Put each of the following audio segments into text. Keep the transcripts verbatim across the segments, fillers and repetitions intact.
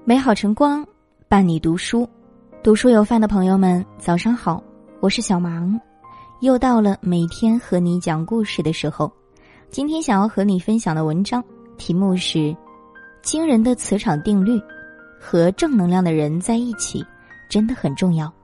美好晨光伴你读书，读书有饭的朋友们早上好，我是小芒，又到了每天和你讲故事的时候。今天想要和你分享的文章题目是惊人的磁场定律，和正能量的人在一起真的很重要。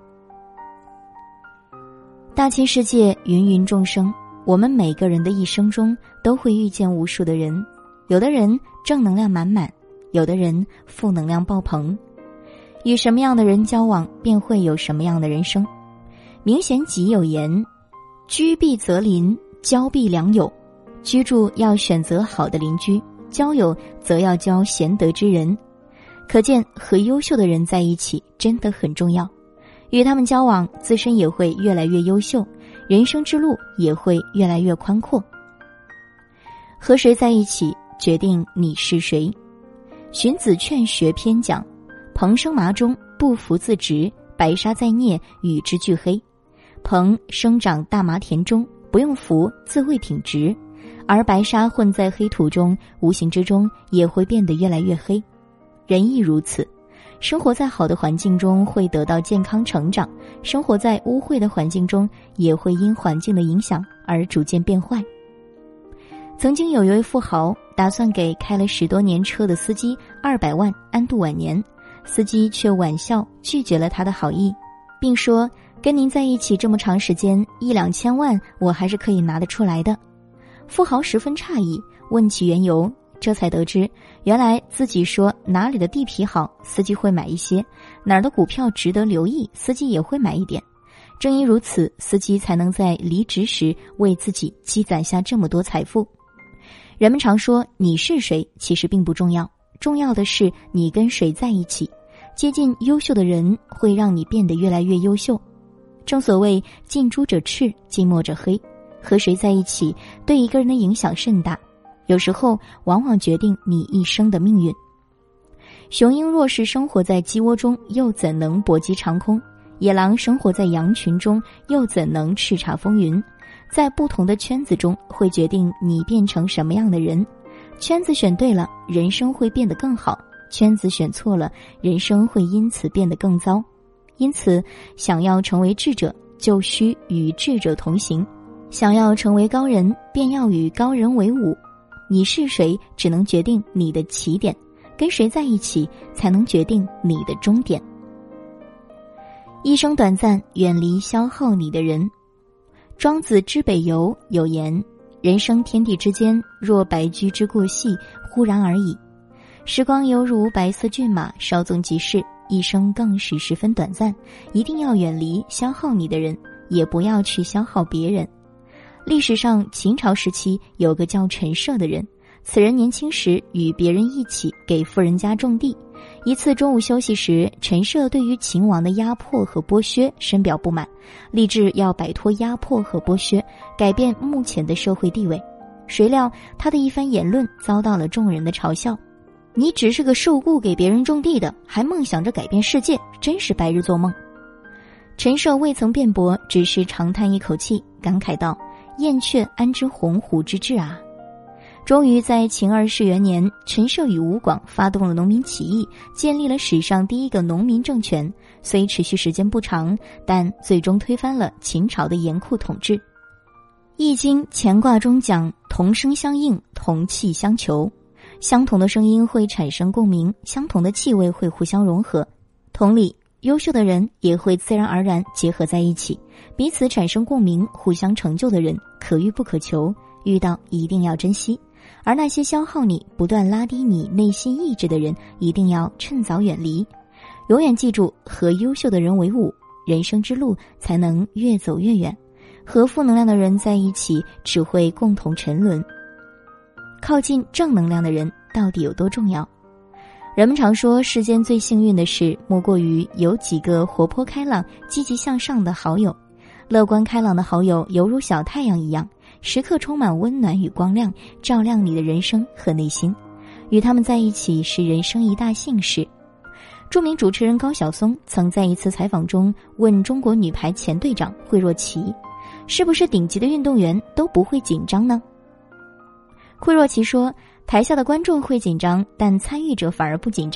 大千世界，芸芸众生，我们每个人的一生中都会遇见无数的人，有的人正能量满满，有的人负能量爆棚。与什么样的人交往，便会有什么样的人生。明贤集有言，居必择邻，交必良友。居住要选择好的邻居，交友则要交贤德之人。可见和优秀的人在一起真的很重要，与他们交往，自身也会越来越优秀，人生之路也会越来越宽阔。和谁在一起，决定你是谁。荀子劝学篇讲，蓬生麻中，不服自直，白沙在涅，与之俱黑。蓬生长大麻田中，不用服，自会挺直，而白沙混在黑土中，无形之中也会变得越来越黑。人亦如此，生活在好的环境中会得到健康成长，生活在污秽的环境中也会因环境的影响而逐渐变坏。曾经有一位富豪打算给开了十多年车的司机二百万安度晚年，司机却玩笑拒绝了他的好意，并说跟您在一起这么长时间，一两千万我还是可以拿得出来的。富豪十分诧异，问其缘由，这才得知原来自己说哪里的地皮好，司机会买一些，哪儿的股票值得留意，司机也会买一点。正因如此，司机才能在离职时为自己积攒下这么多财富。人们常说你是谁，其实并不重要，重要的是你跟谁在一起。接近优秀的人会让你变得越来越优秀。正所谓近朱者赤，近墨者黑，和谁在一起对一个人的影响甚大，有时候往往决定你一生的命运。雄鹰若是生活在鸡窝中，又怎能搏击长空？野狼生活在羊群中，又怎能叱咤风云？在不同的圈子中，会决定你变成什么样的人。圈子选对了，人生会变得更好；圈子选错了，人生会因此变得更糟。因此，想要成为智者，就需与智者同行；想要成为高人，便要与高人为伍。你是谁，只能决定你的起点；跟谁在一起，才能决定你的终点。一生短暂，远离消耗你的人。庄子之北游有言，人生天地之间，若白驹之过隙，忽然而已。时光犹如白色骏马，稍纵即逝，一生更是十分短暂，一定要远离消耗你的人，也不要去消耗别人。历史上秦朝时期有个叫陈涉的人，此人年轻时与别人一起给富人家种地。一次中午休息时，陈涉对于秦王的压迫和剥削深表不满，立志要摆脱压迫和剥削，改变目前的社会地位。谁料他的一番言论遭到了众人的嘲笑，你只是个受雇给别人种地的，还梦想着改变世界，真是白日做梦。陈涉未曾辩驳，只是长叹一口气，感慨道，燕雀安知鸿鹄之志啊。终于在秦二世元年，陈涉与吴广发动了农民起义，建立了史上第一个农民政权。虽持续时间不长，但最终推翻了秦朝的严酷统治。易经乾卦中讲，同声相应，同气相求。相同的声音会产生共鸣，相同的气味会互相融合。同理，优秀的人也会自然而然结合在一起，彼此产生共鸣，互相成就的人可遇不可求，遇到一定要珍惜。而那些消耗你、不断拉低你内心意志的人，一定要趁早远离。永远记住，和优秀的人为伍，人生之路才能越走越远。和负能量的人在一起，只会共同沉沦。靠近正能量的人到底有多重要？人们常说，世间最幸运的事，莫过于有几个活泼开朗、积极向上的好友。乐观开朗的好友犹如小太阳一样，时刻充满温暖与光亮，照亮你的人生和内心。与他们在一起是人生一大幸事。著名主持人高晓松曾在一次采访中问中国女排前队长惠若琪，是不是顶级的运动员都不会紧张呢？惠若琪说，台下的观众会紧张，但参与者反而不紧张。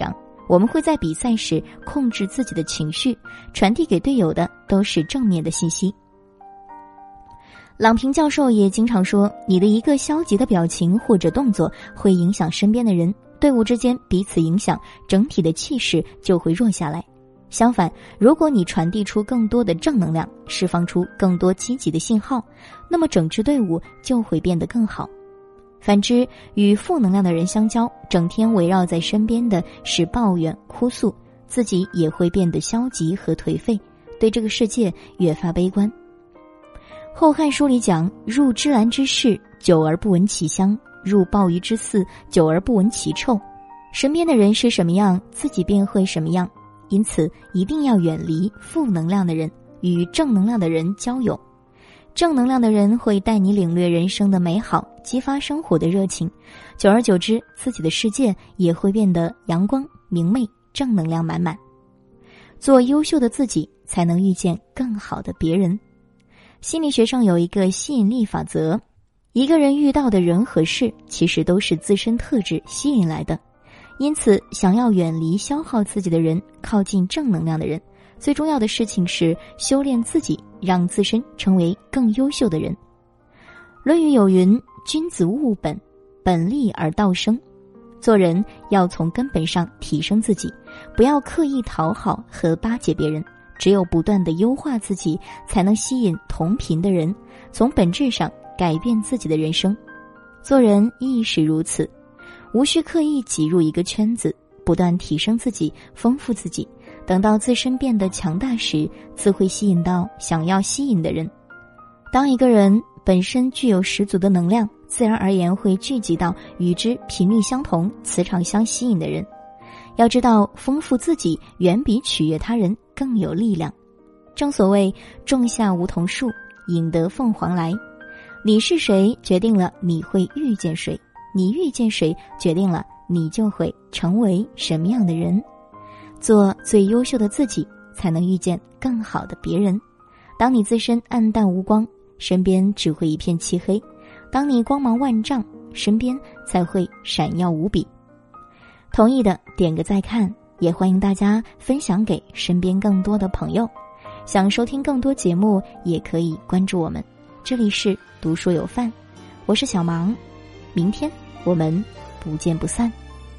我们会在比赛时控制自己的情绪，传递给队友的都是正面的信息。郎平教授也经常说，你的一个消极的表情或者动作会影响身边的人，队伍之间彼此影响，整体的气势就会弱下来。相反，如果你传递出更多的正能量，释放出更多积极的信号，那么整支队伍就会变得更好。反之，与负能量的人相交，整天围绕在身边的是抱怨、哭诉，自己也会变得消极和颓废，对这个世界越发悲观。后汉书里讲，入芝兰之室，久而不闻其香；入鲍鱼之肆，久而不闻其臭。身边的人是什么样，自己便会什么样，因此一定要远离负能量的人，与正能量的人交友。正能量的人会带你领略人生的美好，激发生活的热情，久而久之，自己的世界也会变得阳光明媚，正能量满满。做优秀的自己，才能遇见更好的别人。心理学上有一个吸引力法则，一个人遇到的人和事，其实都是自身特质吸引来的。因此，想要远离消耗自己的人，靠近正能量的人，最重要的事情是修炼自己，让自身成为更优秀的人。论语有云，君子务本，本立而道生。做人要从根本上提升自己，不要刻意讨好和巴结别人，只有不断地优化自己，才能吸引同频的人，从本质上改变自己的人生。做人亦是如此，无需刻意挤入一个圈子，不断提升自己，丰富自己，等到自身变得强大时，自会吸引到想要吸引的人。当一个人本身具有十足的能量，自然而然会聚集到与之频率相同、磁场相吸引的人。要知道，丰富自己远比取悦他人更有力量。正所谓种下梧桐树，引得凤凰来。你是谁，决定了你会遇见谁，你遇见谁，决定了你就会成为什么样的人。做最优秀的自己，才能遇见更好的别人。当你自身暗淡无光，身边只会一片漆黑；当你光芒万丈，身边才会闪耀无比。同意的点个再看，也欢迎大家分享给身边更多的朋友。想收听更多节目，也可以关注我们。这里是读书有范，我是小芒，明天我们不见不散。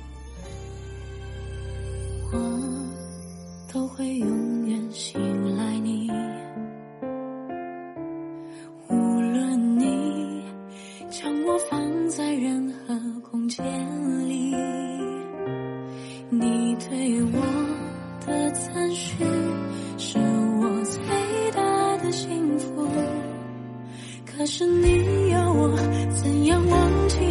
我都会永远信赖你，无论你将我放在任何空间里，你对我的赞许是我最大的幸福。可是你要我怎样忘记